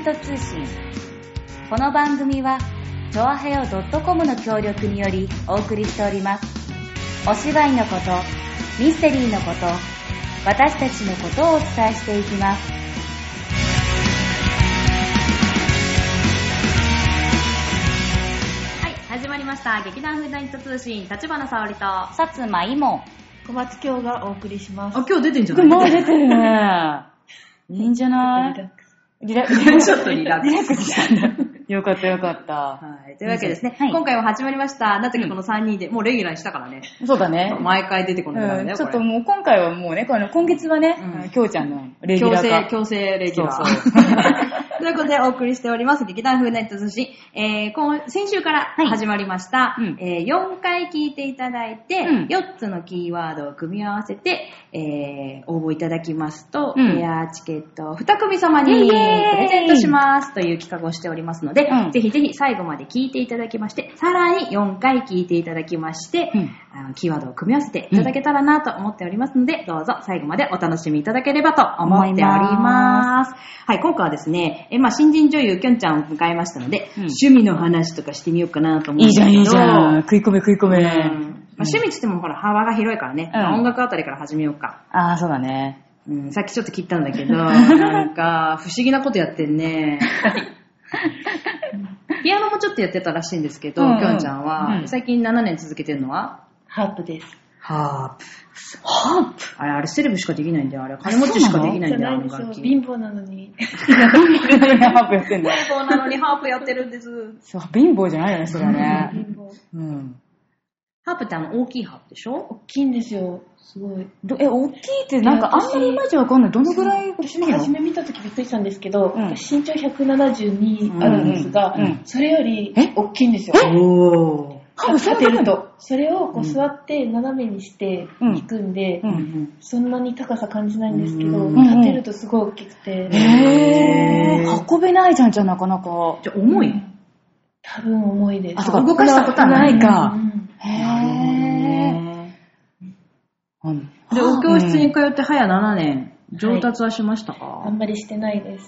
ト通信。この番組はチョアヘオ .com の協力によりお送りしております。お芝居のこと、ミステリーのこと、私たちのことをお伝えしていきます。 はい、始まりました。劇団フーダニット通信、立花沙織とさつまいも小松京がお送りします。 あ、今日出てんじゃない？ もう出てるね。いいんじゃないリラックス。 ちょっとリラックス。 リラックスしたんだ。よかったよかった。 はい。というわけですね。 はい、 今回は始まりました。なぜかこの3人で、もうレギュラーにしたからね。 そうだね。 毎回出てこないからね。 ちょっともう今回はもうね、今月はね、きょうちゃんのレギュラー化。 強制レギュラー。 そうということでお送りしております。劇団フーダニット通信。先週から始まりました。4回聞いていただいて、4つのキーワードを組み合わせて、応募いただきますと、ペアチケットを2組様にプレゼントしますという企画をしておりますので、ぜひぜひ最後まで聞いていただきまして、さらに4回聞いていただきまして、キーワードを組み合わせていただけたらなと思っておりますので、どうぞ最後までお楽しみいただければと思っております。はい、今回はですね、新人女優きょんちゃんを迎えましたので、趣味の話とかしてみようかなと思うんですけど。 いいじゃん。食い込め。 趣味って言ってもほら幅が広いからね、音楽あたりから始めようか。 ああ、そうだね。 さっきちょっと聞いたんだけど、なんか不思議なことやってんね。ピアノもちょっとやってたらしいんですけど、きょんちゃんは、最近7年続けてるのはハープです。 ハープあれセレブしかできないんだよ。あれ金持ちしかできないんだよ。あの楽器。 貧乏なのにハープやってんだ。 貧乏なのにハープやってるんです。 そう、貧乏じゃないよね、それはね。 貧乏。 ハープって大きいハープでしょ？ 大きいんですよ。すごい。 大きいってなんかあんまりイメージわかんない。どのぐらい大きいの？ 私初め見たときびっくりしたんですけど、身長172あるんですが、それより大きいんですよ。立てると。それをこう座って斜めにして弾くんで、そんなに高さ感じないんですけど、立てるとすごい大きくて。 運べないじゃん、なかなか。 じゃあ重い？ 多分重いです。 あ、そうか、動かしたことはないか。で、お教室に通って早7年、上達はしましたか？ あんまりしてないです。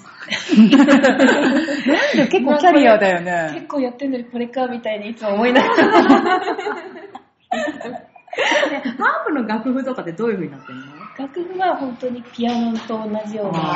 結構キャリアだよね。 結構やってんのにこれかみたいにいつも思いながら。 ハープの楽譜とかってどういう風になってんの？ 楽譜は本当にピアノと同じような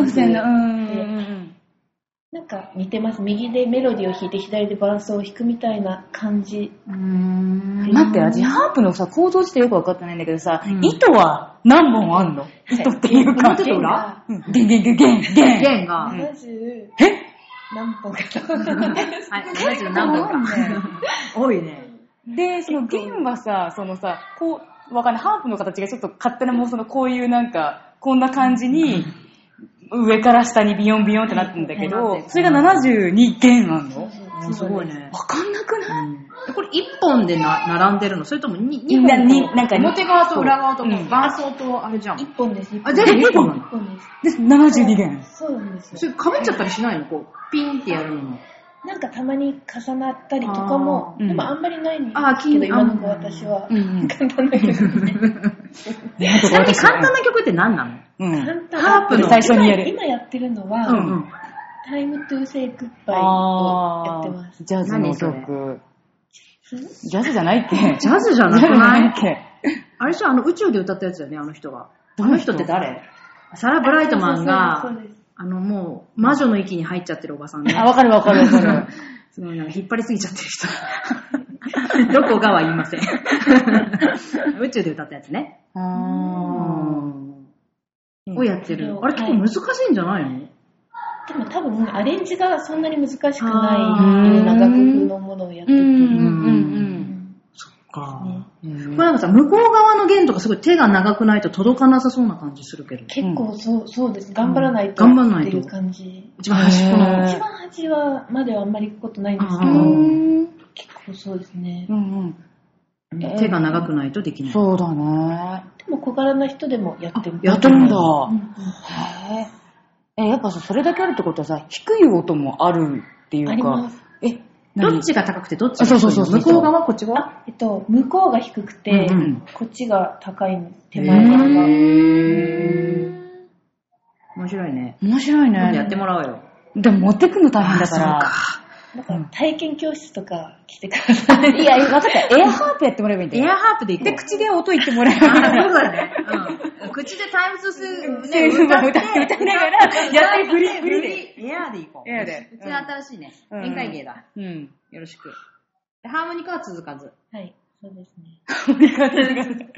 なんか似てます。右でメロディーを弾いて左で伴奏を弾くみたいな感じ。 待って、私ハープのさ構造自体よく分かってないんだけどさ、糸は何本あんの？糸っていうか。 表と裏？ 弦が。 70何本か。 はい、70何本か。多いね。 で、その弦はさ、こう、わかんない。ハープの形がちょっと勝手なもうこういうなんか、こんな感じに、上から下にビヨンビヨンってなってるんだけど、それが72弦あんの？ すごいね。 わかんなくない？ これ1本で並んでるの？それとも2本？なんか表側と裏側と伴奏とあれじゃん。 1本です。 あ、全部1本なの？ 1本です。 で、72弦。 そうなんですよ。 それ被っちゃったりしないの？こう、ピンってやるのも。 なんかたまに重なったりとかも、でもあんまりないんですけど、今の子私は。簡単な曲。ちなみに簡単な曲って何なの？ ハープの最初にやる。 今やってるのは、タイムトゥーセイグッバイをやってます。 ジャズの曲。ジャズじゃないっけ？ ジャズじゃなくないっけ？あれじゃ宇宙で歌ったやつだよね、あの人が。あの人って誰？サラ・ブライトマンが、もう、魔女の域に入っちゃってるおばさんね。 あ、わかる。 すごい引っ張りすぎちゃってる人。どこがは言いません。宇宙で歌ったやつね。をやってる。あれ結構難しいんじゃないの？ でも多分アレンジがそんなに難しくないような楽譜のものをやってて。 そっか。これなんかさ、向こう側の弦とかすごい手が長くないと届かなさそうな感じするけど。 結構そうです。頑張らないとっていう感じ。 一番端っこの。 一番端はまではあんまり行くことないんですけど、結構そうですね。 手が長くないとできない。 そうだね。 でも小柄な人でもやってる。 やってるんだ。やっぱそれだけあるってことはさ、低い音もあるっていうか。 あります。 どっちが高くてどっちが低いの？そう向こう側こっち側？ 向こうが低くて、こっちが高いの。手前側が。 面白いね。 面白いね。 やってもらおうよ。 でも持ってくの大変だから。 なんか体験教室とか来てください。 いや、分かった。エアハープやってもらえばいいんだよ。 エアハープで行こう。 で、口で音言ってもらえばいいんだよ。 そうだね。口でタイムズスね、歌いながら、やってフリで。 エアで行こう。 エアで。 うちは新しいね。宴会芸だ。よろしく。ハーモニカは続かず。 はい、そうですね。 ハーモニカって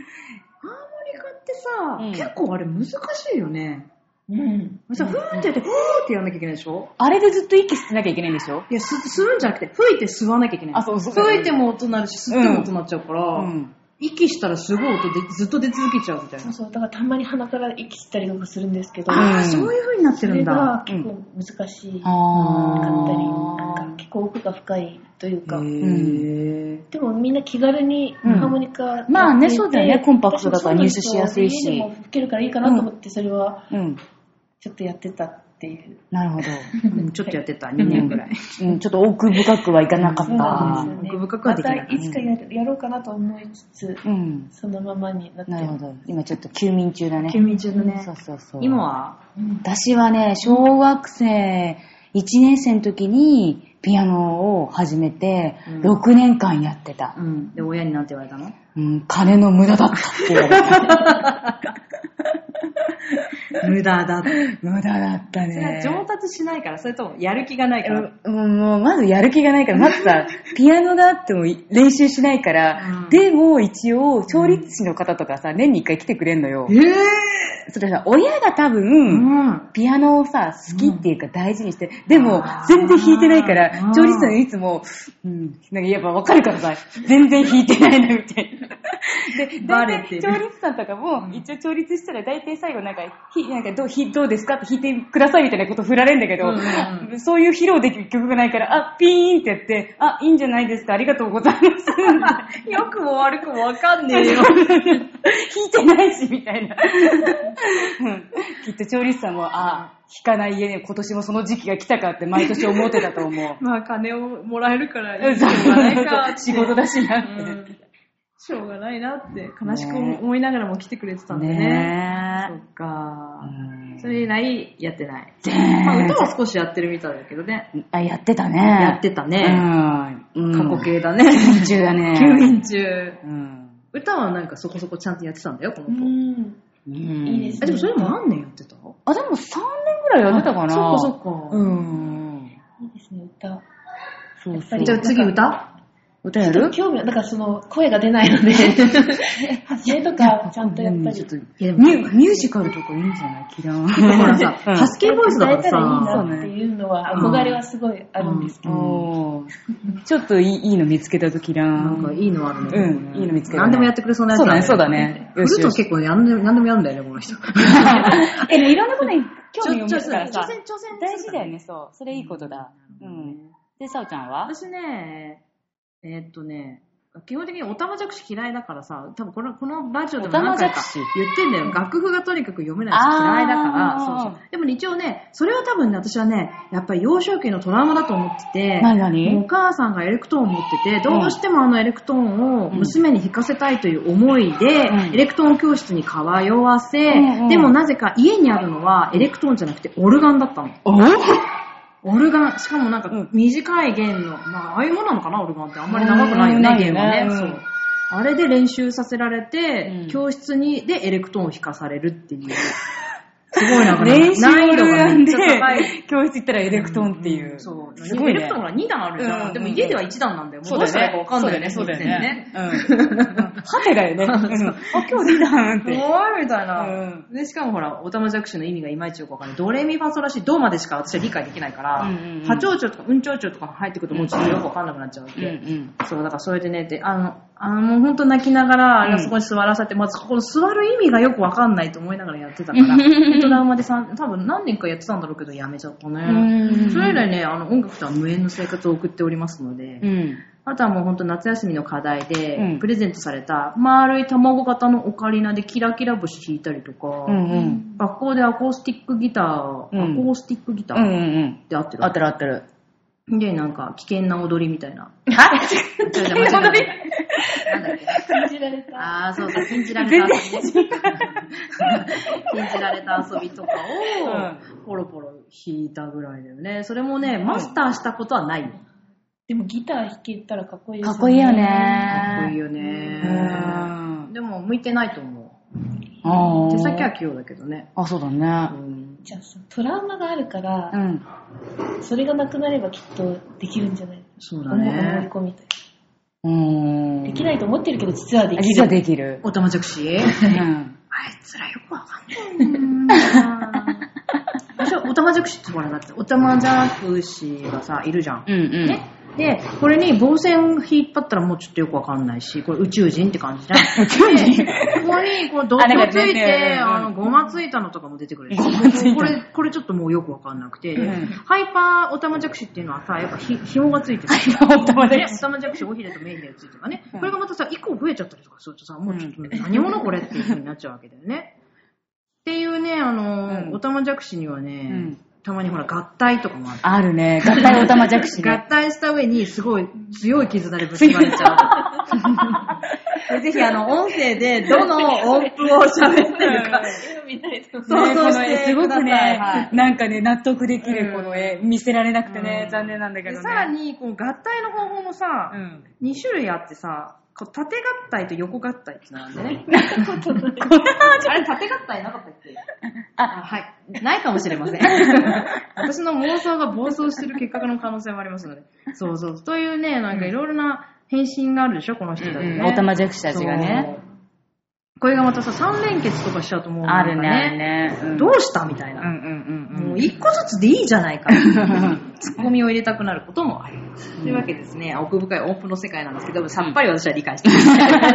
さ、結構あれ難しいよね。ふーってやって、ふーってやんなきゃいけないでしょ？ あれでずっと息吸ってなきゃいけないんでしょ？ いや、吸うんじゃなくて、吹いて吸わなきゃいけない。 あ、そう。 吹いても音鳴るし、吸っても音鳴っちゃうから、息したらすごい音でずっと出続けちゃうみたいな。 そう、だからたまに鼻から息したりとかするんですけど。 そういう風になってるんだ。 それが結構難しかったり、なんか結構奥が深いというか。でもみんな気軽にハーモニカやってて、 まあね、そうだよね。コンパクトだから入手しやすいし。 家でも吹けるからいいかなと思って、それはちょっとやってたっていう。 なるほど。 ちょっとやってた、2年ぐらい。 ちょっと奥深くはいかなかった。 奥深くはできなかった。 いつかやろうかなと思いつつ、そのままになって。 なるほど。今ちょっと休眠中だね。 休眠中だね。 そう。 今は私はね、小学生1年生の時にピアノを始めて、6年間やってた。 で、親になんて言われたの？ 金の無駄だったって言われた。 無駄だったね。 それは上達しないから、それともやる気がないから。 もうまずやる気がないから、まずさ、ピアノがあっても練習しないから、でも一応、調律師の方とかさ、年に1回来てくれんのよ。それさ、親が多分、ピアノをさ、好きっていうか大事にして、でも、全然弾いてないから、調律師さんいつも、なんかやっぱわかるからさ、全然弾いてないな、みたいな。で、バレてる。調律師さんとかも、一応調律したら大体最後なんかどうですかって弾いてくださいみたいなこと振られるんだけど、そういう披露できる曲がないから、ピーンってやって、いいんじゃないですか、ありがとうございます。 良くも悪くもわかんねえよ。 弾いてないし、みたいな。きっと調律師さんも、弾かない家に今年もその時期が来たかって毎年思ってたと思う。 まあ金をもらえるからいいじゃないか。 仕事だしなって。 しょうがないなって悲しく思いながらも来てくれてたんでね。そっか。それ以来やってない。歌は少しやってるみたいだけどね。 やってたね。 やってたね。過去形だね。 休眠中だね。 休眠中。歌はなんかそこそこちゃんとやってたんだよ、この子。 いいですね。 でもそれも何年やってた？ でも3年ぐらいやってたかな。 そっか。 いいですね、歌。 じゃあ次歌やる？ 興味は、だからその声が出ないので、発声とかちゃんとやっぱり。 ミュージカルとかいいんじゃない？キラン。 ほらさ、ハスキーボイスだからさ。 歌えたらいいなっていうのは憧れはすごいあるんですけど。 ちょっといいの見つけたとキラン。 なんかいいのあるね。 いいの見つけた。 何でもやってくれそうなやつだね。 そうだね。 フルート結構何でもやるんだよね、この人。 いろんなことに興味を持つからさ。 挑戦大事だよね、そう。それいいことだ。で、さおちゃんは？ 私ね、基本的にオタマジャクシ嫌いだからさ、多分このラジオでも何回か言ってんだよ。楽譜がとにかく読めないし嫌いだから、そう。でも一応ね、それは多分ね、私はね、やっぱり幼少期のトラウマだと思ってて、お母さんがエレクトーンを持ってて、どうしてもエレクトーンを娘に弾かせたいという思いで、エレクトーン教室に通わせ、でもなぜか家にあるのはエレクトーンじゃなくてオルガンだったの。オルガン、しかもなんか短い弦の、ああいうものなのかな、オルガンって。あんまり長くないよね、弦はね。そう。あれで練習させられて、教室でエレクトーンを弾かされるっていう。すごいなんか練習難易度がめっちゃ高い。教室行ったらエレクトーンっていう。 そう。すごいね。エレクトーンが2段あるじゃん。でも家では1段なんだよ。もうどうしたらいいかわかんないよね。そうだよね。 はてだよね。今日2段って。 おいみたいな。で、しかもほら、オタマジャクシの意味がいまいちよくわかんない。ドレミファソラシドまでしか私は理解できないから、波長長とか運長長とか入ってくるともうちょっとよくわかんなくなっちゃうわけ。そう、だからそれでね、もうほんと泣きながら、そこに座らせて、まずこの座る意味がよくわかんないと思いながらやってたから、トラウマで多分何年かやってたんだろうけどやめちゃったね。それ以来ね、音楽とは無縁の生活を送っておりますので、あとはもうほんと夏休みの課題で、プレゼントされた丸い卵型のオカリナでキラキラ星弾いたりとか、学校でアコースティックギターって合ってる？ 合ってる。 で、なんか、危険な踊りみたいな。 危険な踊りなんだっけ禁じられた。 そうそう、禁じられた遊びね。禁じられた遊びとかを、ポロポロ弾いたぐらいだよね。それもね、マスターしたことはないよ。 でもギター弾けたらかっこいいですよね。 かっこいいよね。 かっこいいよね。でも、向いてないと思う。手先は器用だけどね。 そうだね。 じゃあさ、トラウマがあるから、それがなくなればきっとできるんじゃない？ そうだね。 思い込みという。できないと思ってるけど、実はできる。 実はできる。 おたまじゃくしあいつらよくわかんない。私はおたまじゃくしって言われたって、おたまじゃくしがさ、いるじゃん。ね。で、これに棒線引っ張ったらもうちょっとよくわかんないし、これ宇宙人って感じじゃん。宇宙人ここにこうドットついて、ゴマついたのとかも出てくるし、これちょっともうよくわかんなくて、ハイパーおたまじゃくしっていうのはさ、やっぱ紐がついてる。おたまじゃくし、おひれとめいひれついてるからね。これがまたさ、1個増えちゃったりとかするとさ、もうちょっと何者これっていう風になっちゃうわけだよね。っていうね、おたまじゃくしにはね、たまにほら合体とかもある。 あるね。合体おたまじゃくしね。 合体した上にすごい強い絆でぶつかれちゃう。ぜひ音声でどの音符を喋ってるか想像してすごくね、なんかね、納得できるこの絵見せられなくてね、残念なんだけどね。 さらにこう合体の方法もさ、2種類あってさ、縦合体と横合体ってなんでね。あれ縦合体なかったっけ？はい。ないかもしれません。私の妄想が暴走してる結果の可能性もありますので。そうそう。というね、なんかいろいろな変身があるでしょ、この人たちね。 おたまじゃくしたちがね。 これがまたさ、3連結とかしちゃうと思うあるね。 どうしたみたいな。もう1個ずつでいいじゃないか。ツッコミを入れたくなることもある。というわけですね、奥深い音符の世界なんですけど、さっぱり私は理解しています。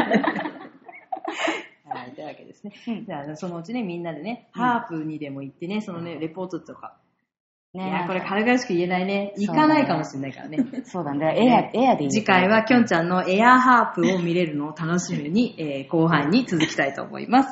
はい、というわけですね。じゃあ、そのうちね、みんなでね、ハープにでも行ってね、そのね、レポートとか。いや、これ軽々しく言えないね。行かないかもしれないからね。 そうだね。エアでいい。 次回はきょんちゃんのエアハープを見れるのを楽しみに、後半に続きたいと思います。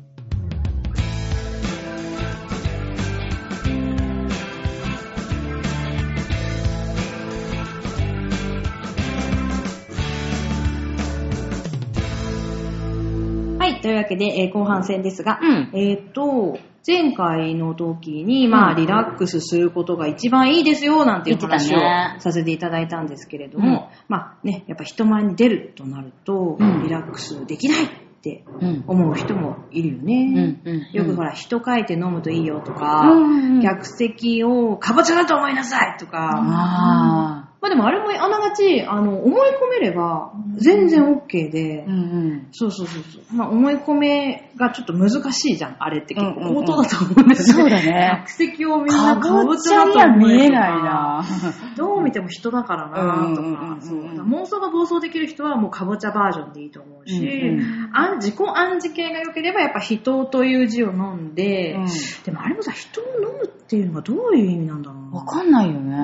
はい、というわけで、後半戦ですが、前回の時に、リラックスすることが一番いいですよ、なんていう話をさせていただいたんですけれども、やっぱ人前に出るとなると、リラックスできないって思う人もいるよね。よくほら、人書いて飲むといいよとか、客席をかぼちゃだと思いなさいとか、でもあれもあながち、思い込めれば全然 OK で、そう。思い込めがちょっと難しいじゃん、あれって結構口頭だと思うんですよね。そうだね。客席をみんなかぼちゃだと思えないな。どう見ても人だからなとか、妄想が暴走できる人はもうかぼちゃバージョンでいいと思うし、自己暗示系が良ければやっぱ人という字を飲んで、でもあれもさ、人を飲むっていうのはどういう意味なんだろうな。 わかんないよね。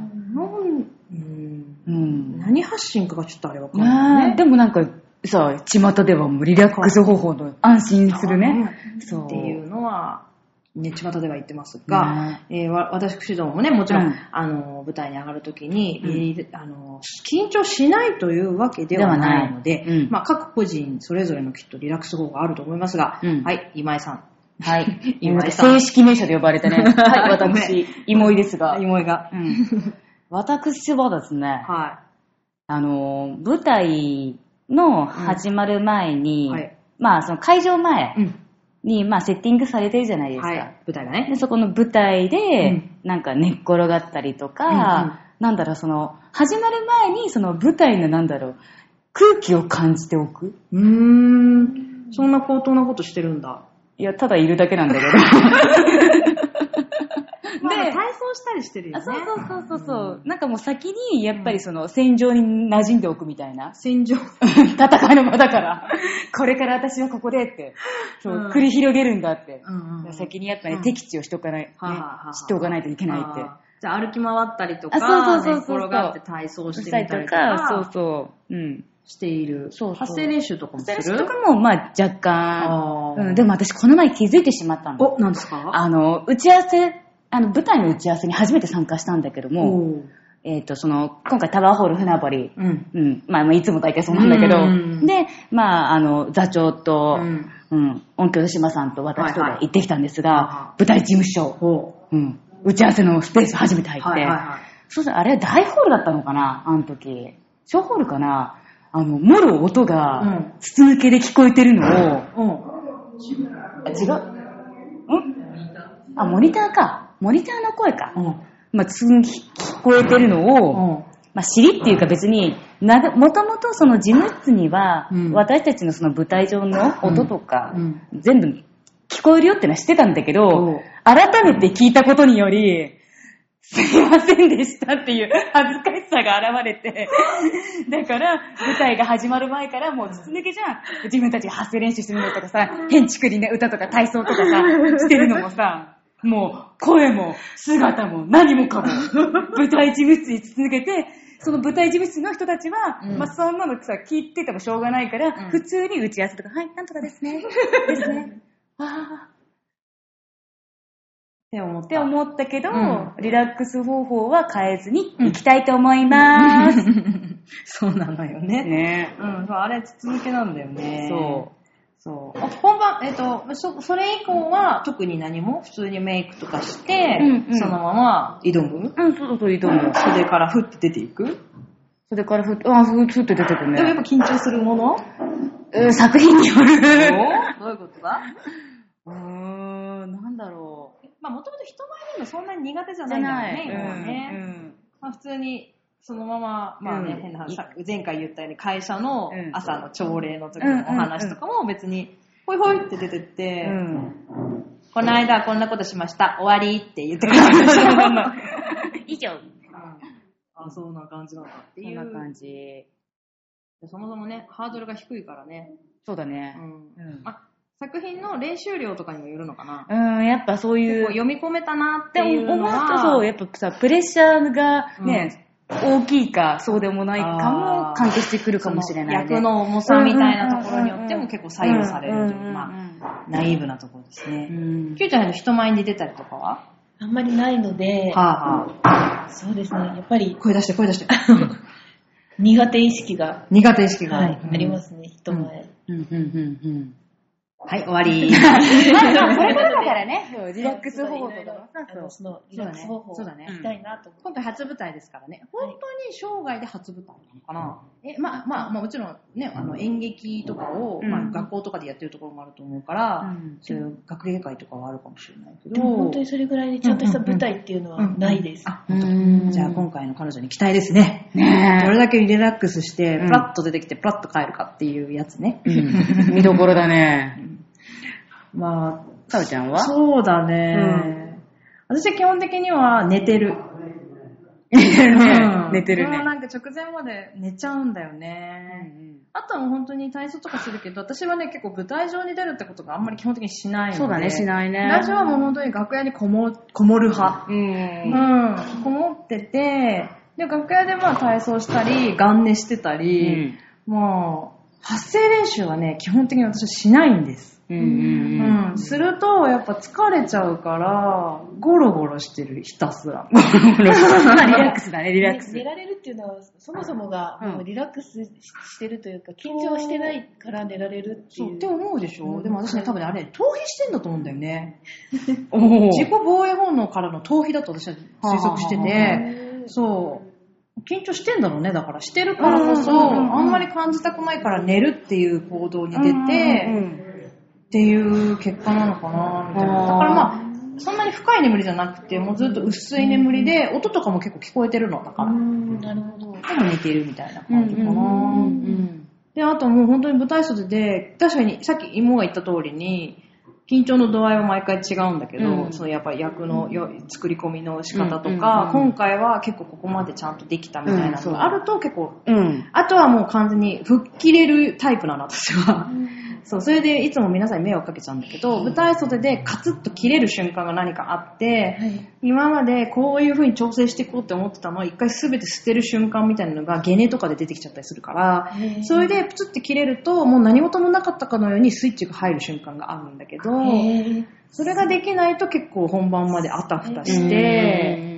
何発信かがちょっとあれわかんないね。 でもなんかさ、巷ではもうリラックス方法の安心するね。 そうっていうのは、ね、巷では言ってますが、私どももね、もちろん、舞台に上がるときに、緊張しないというわけではないので、各個人それぞれのきっとリラックス方法があると思いますが、はい、今井さん。 はい。今正式名称で呼ばれてね。はい、私、芋井ですが。 芋井が。 私はですね、舞台の始まる前に、その会場前に、セッティングされてるじゃないですか。舞台がね。 で、そこの舞台で、なんか寝っ転がったりとか、その、始まる前に、その舞台の空気を感じておく。 そんな高等なことしてるんだ。 いや、ただいるだけなんだけど。 で、体操したりしてるよね。 そう。なんかもう先に、やっぱりその、戦場に馴染んでおくみたいな。 戦場戦いの場だから。これから私はここでって、繰り広げるんだって。先にやっぱり敵地を知っておかない、知っておかないといけないって。 じゃあ歩き回ったりとか、寝転がって体操してみたりとか。している。発声練習とかもする？ 発声練習とかも、若干。でも私この前気づいてしまったの。 何ですか？ 打ち合わせ、舞台の打ち合わせに初めて参加したんだけども、 今回タワーホール船堀、まあ、いつも大体そうなんだけど、で、まあ、座長と、音響島さんと私とで行ってきたんですが、舞台事務所、打ち合わせのスペース初めて入って、そうしたらあれ大ホールだったのかな、あの時。小ホールかな、もろ音が、筒抜けで聞こえてるのを、違う？モニターか。モニターの声か。まあ、聞こえてるのを、まあ、尻っていうか別に、もともとその事務室には、私たちのその舞台上の音とか、全部聞こえるよってのは知ってたんだけど、改めて聞いたことにより、すいませんでしたっていう恥ずかしさが現れて、だから舞台が始まる前からもう筒抜けじゃん。自分たちが発声練習するのとかさ、変ちくりね、歌とか体操とかさ、してるのもさ、もう声も姿も何もかも舞台事務室に筒抜けて、その舞台事務室の人たちは、まあそんなのさ、聞いててもしょうがないから、普通に打ち合わせとか、はい、なんとかですね。ですね。って思ったけど、リラックス方法は変えずに行きたいと思います。 そうなのよね。 ね。 あれ筒抜けなんだよね。そう。本番、それ以降は特に何も普通にメイクとかして、そのまま挑む？ そう、挑む。 袖からふって出ていく？ 袖からふって出てくるね。 でもやっぱ緊張するもの？ 作品による。 どういうことだ？ なんだろう。 まあもともと人前にもそんなに苦手じゃないんだよね、今はね。まあ普通に、そのまま、まあね、変な話、前回言ったように会社の朝の朝礼の時のお話とかも別に、ほいほいって出てって、この間こんなことしました、終わりって言ってくれました。 以上。 そんな感じなんだっていう。 そんな感じ。 そもそもね、ハードルが低いからね。 そうだね。 作品の練習量とかにもよるのかな。 やっぱそういう。 読み込めたなっていうのは。 そう、やっぱさ、プレッシャーがね、大きいか、そうでもないかも関係してくるかもしれないね。 役の重さみたいなところによっても結構左右されるという、まあ、ナイーブなところですね。キューちゃんの人前に出たりとかはあんまりないので、そうですね、やっぱり。 声出して。 苦手意識が。ありますね、人前。 はい、終わり。 そういうことだからね。リラックス方法とかリラックス方法を聞きたいなと。 今回初舞台ですからね。本当に生涯で初舞台なのかな。まあもちろんね、演劇とかを、学校とかでやってるところもあると思うから、そういう学芸会とかはあるかもしれないけど。 でも本当にそれぐらいでちゃんとした舞台っていうのはないです。 じゃあ今回の彼女に期待ですね。どれだけリラックスして、プラッと出てきて、プラッと帰るかっていうやつね。 見どころだね。 まあ、 かおちゃんは？ そうだね。私は基本的には寝てる。 寝てるね。 なんか直前まで寝ちゃうんだよね。あとはもう本当に体操とかするけど、私はね、結構舞台上に出るってことがあんまり基本的にしないので。 そうだね、しないね。 ラジオはもう本当に楽屋にこもる派。こもってて、で、楽屋でまあ体操したり、眼寝してたり、まあ、発声練習はね、基本的に私はしないんです。すると、やっぱ疲れちゃうから、ゴロゴロしてる、ひたすら。 リラックスだね、リラックス。 寝られるっていうのは、そもそもがもうリラックスしてるというか、緊張してないから寝られるっていう。 そう、って思うでしょ。でも私ね、多分ね、あれ、逃避してんだと思うんだよね。自己防衛本能からの逃避だと私は推測してて、そう。緊張してんだろうね。だからしてるからこそ、あんまり感じたくないから寝るっていう行動に出て、っていう結果なのかなみたいな。だからまあ、そんなに深い眠りじゃなくて、もうずっと薄い眠りで、音とかも結構聞こえてるのだから。 なるほど。 でも寝てるみたいな感じかな。で、あともう本当に舞台袖で、確かにさっき妹が言った通りに、緊張の度合いは毎回違うんだけど、そのやっぱり役の作り込みの仕方とか、今回は結構ここまでちゃんとできたみたいなのがあると結構、あとはもう完全に吹っ切れるタイプなの、私は。そう、それでいつも皆さんに迷惑かけちゃうんだけど、舞台袖でカツッと切れる瞬間が何かあって、今までこういう風に調整していこうって思ってたのを一回全て捨てる瞬間みたいなのがゲネとかで出てきちゃったりするから、それでプツッて切れるともう何事もなかったかのようにスイッチが入る瞬間があるんだけど、それができないと結構本番まであたふたして、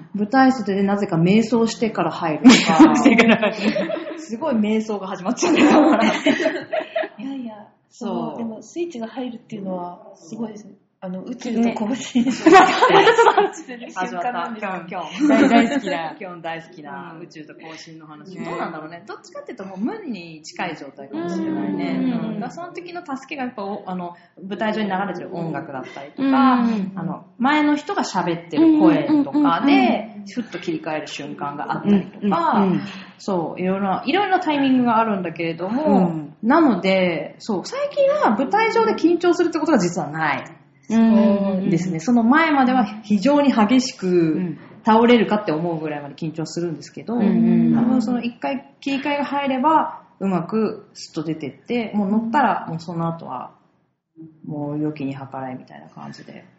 舞台袖でなぜか瞑想してから入るとか、すごい瞑想が始まっちゃうんだよ。 いやいや、そう。でもスイッチが入るっていうのはすごいですね。宇宙と拳でしょ。 始まった。今日大好きな、今日大好きな宇宙と交信の話。どうなんだろうね。どっちかっていうともう無に近い状態かもしれないね。その時の助けがやっぱ舞台上に流れてる音楽だったりとか、前の人が喋ってる声とかで、ふっと切り替える瞬間があったりとか、そう、いろいろなタイミングがあるんだけれども、なので、そう、最近は舞台上で緊張するってことが実はない。ですね。その前までは非常に激しく倒れるかって思うぐらいまで緊張するんですけど、多分その一回切り替えが入ればうまくスッと出てって、もう乗ったらもうその後はもう良きに計らいみたいな感じで。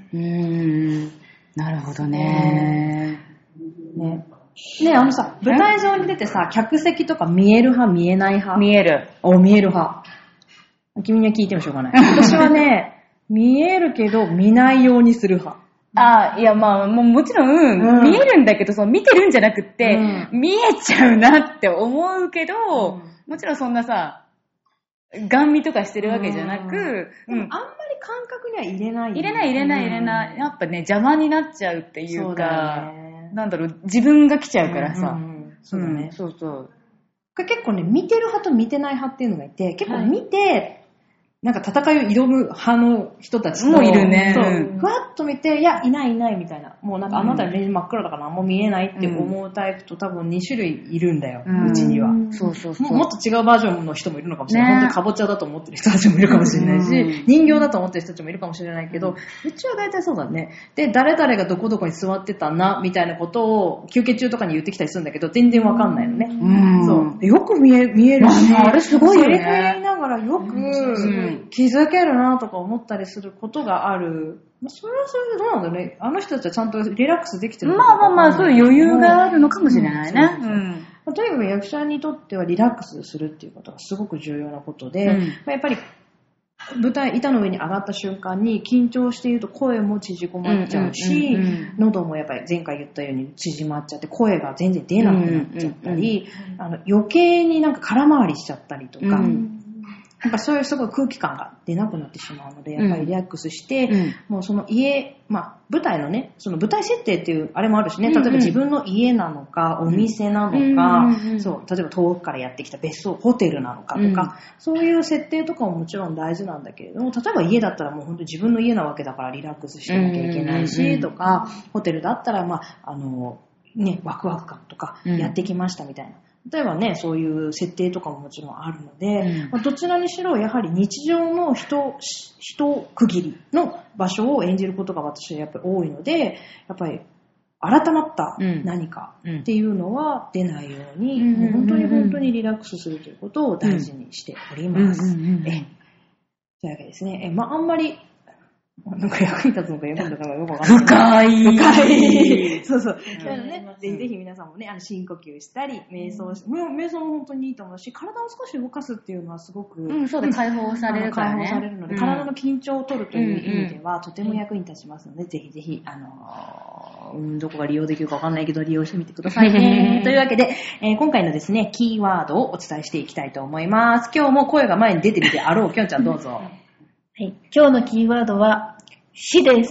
なるほどね。 ね、さ、舞台上に出てさ、客席とか見える派見えない派？ 見える。 見える派。君には聞いてもしょうがない。私はね、見えるけど見ないようにする派。 いやまあもちろん、見えるんだけど、見てるんじゃなくって、見えちゃうなって思うけど、もちろんそんなさ、ガン見とかしてるわけじゃなく、 あんまり感覚には入れない。 入れない。やっぱね、邪魔になっちゃうっていうか、なんだろう、自分が来ちゃうからさ。 そうだね。 そうそう。 これ結構ね、見てる派と見てない派っていうのがいて、結構見て、なんか戦いを挑む派の人たちもいるね。 そう。ふわっと見て、いや、いないみたいな。もうなんかあなたレンジ真っ暗だから何も見えないって思うタイプと多分2種類いるんだよ。うちには。 そう。 もっと違うバージョンの人もいるのかもしれない。本当にカボチャだと思ってる人たちもいるかもしれないし、人形だと思ってる人たちもいるかもしれないけど、うちは大体そうだね。で、誰々がどこどこに座ってたな、みたいなことを休憩中とかに言ってきたりするんだけど、全然わかんないのね。そう。よく見えるし、 あれすごいよね。 セリフ言いながらよく気づけるなとか思ったりすることがある。それはそれでどうなんだろうね。あの人たちはちゃんとリラックスできてるのかまあ、そういう余裕があるのかもしれないね。 とにかく役者にとってはリラックスするっていうことがすごく重要なことで、やっぱり舞台、板の上に上がった瞬間に緊張していると声も縮こまっちゃうし、喉もやっぱり前回言ったように縮まっちゃって声が全然出なくなっちゃったり、余計になんか空回りしちゃったりとか、やっぱそういうすごい空気感が出なくなってしまうので、やっぱりリラックスして、もうその舞台のね、その舞台設定っていうあれもあるしね、例えば自分の家なのか、お店なのか、そう、例えば遠くからやってきた別荘、ホテルなのかとか、そういう設定とかももちろん大事なんだけれども、例えば家だったらもう本当に自分の家なわけだからリラックスしてなきゃいけないし、とか、ホテルだったらワクワク感とかやってきましたみたいな。例えばね、そういう設定とかももちろんあるので、どちらにしろやはり日常の人区切りの場所を演じることが私はやっぱり多いので、やっぱり改まった何かっていうのは出ないように、本当にリラックスするということを大事にしております。というわけですね。あんまりなんか役に立つのか役に立つのかよくわかんない。深い。そう。だからね、ぜひ皆さんもね、深呼吸したり、瞑想も本当にいいと思うし、体を少し動かすっていうのはすごく、 そうで解放されるからね。 解放されるので、体の緊張を取るという意味では、とても役に立ちますので、ぜひ、どこが利用できるかわかんないけど、利用してみてくださいね。というわけで、今回のですね、キーワードをお伝えしていきたいと思います。今日も声が前に出てみてあろう、きょんちゃんどうぞ。 はい、今日のキーワードは、死です。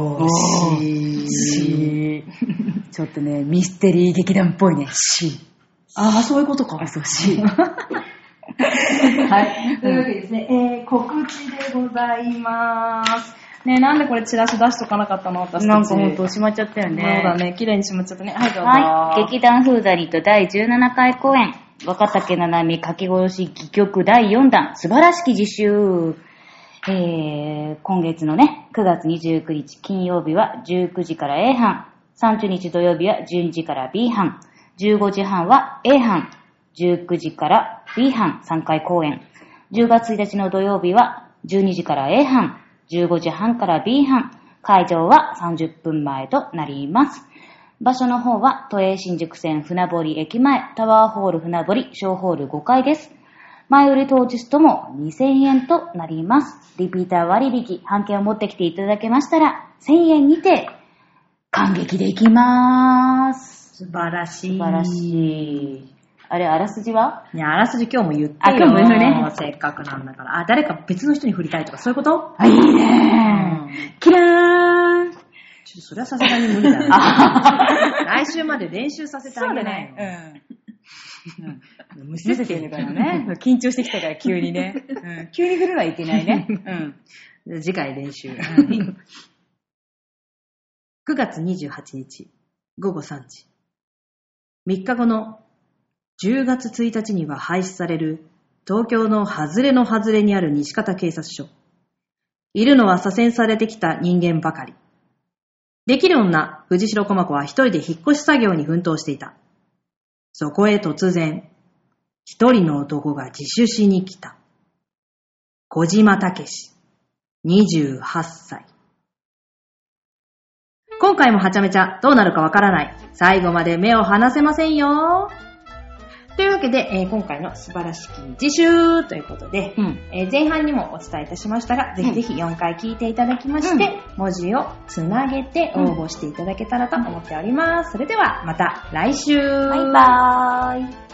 死。ちょっとね、ミステリー劇団っぽいね。死。 そういうことか。 そう、死。 はい。というわけでですね、告知でございます。ね、なんでこれチラシ出しとかなかったの私たち。 なんかほんとしまっちゃったよね。 そうだね、綺麗にしまっちゃったね。はい、どうぞ。 はい。劇団フーダニット第17回公演、若竹七海書き下ろし戯曲第4弾、素晴らしき実習。今月のね、9月29日金曜日は19時から A 班、30日土曜日は12時から B 班、15時半は A 班、19時から B 班3回公演、10月1日の土曜日は12時から A 班、15時半から B 班、会場は30分前となります。場所の方は都営新宿線船堀駅前、タワーホール船堀小ホール5階です。前売り当日とも2000円となります。リピーター割引、半券を持ってきていただけましたら1000円にて感激できまーす。 素晴らしい。 素晴らしい。あれ、あらすじは？ いや、あらすじ今日も言ってよ。 あ、今日も言うね。 せっかくなんだから。あ、誰か別の人に振りたいとか、そういうこと？ あ、いいねー。キラーン。 ちょっとそれはさすがに無理だね。来週まで練習させてあげないの。 むせてるからね。緊張してきたから急にね。急に振るのはいけないね。 次回練習。9月28日午後3時。3日後の10月1日には廃止される東京の外れの外れにある西方警察署。いるのは左遷されてきた人間ばかり。できる女、藤代駒子は一人で引っ越し作業に奮闘していた。そこへ突然、一人の男が自首しに来た。小島武史、28歳。今回もはちゃめちゃどうなるかわからない。最後まで目を離せませんよ。というわけで、今回の素晴らしき自首ということで、前半にもお伝えいたしましたが、ぜひぜひ4回聞いていただきまして、文字をつなげて応募していただけたらと思っております。それではまた来週。 バイバーイ。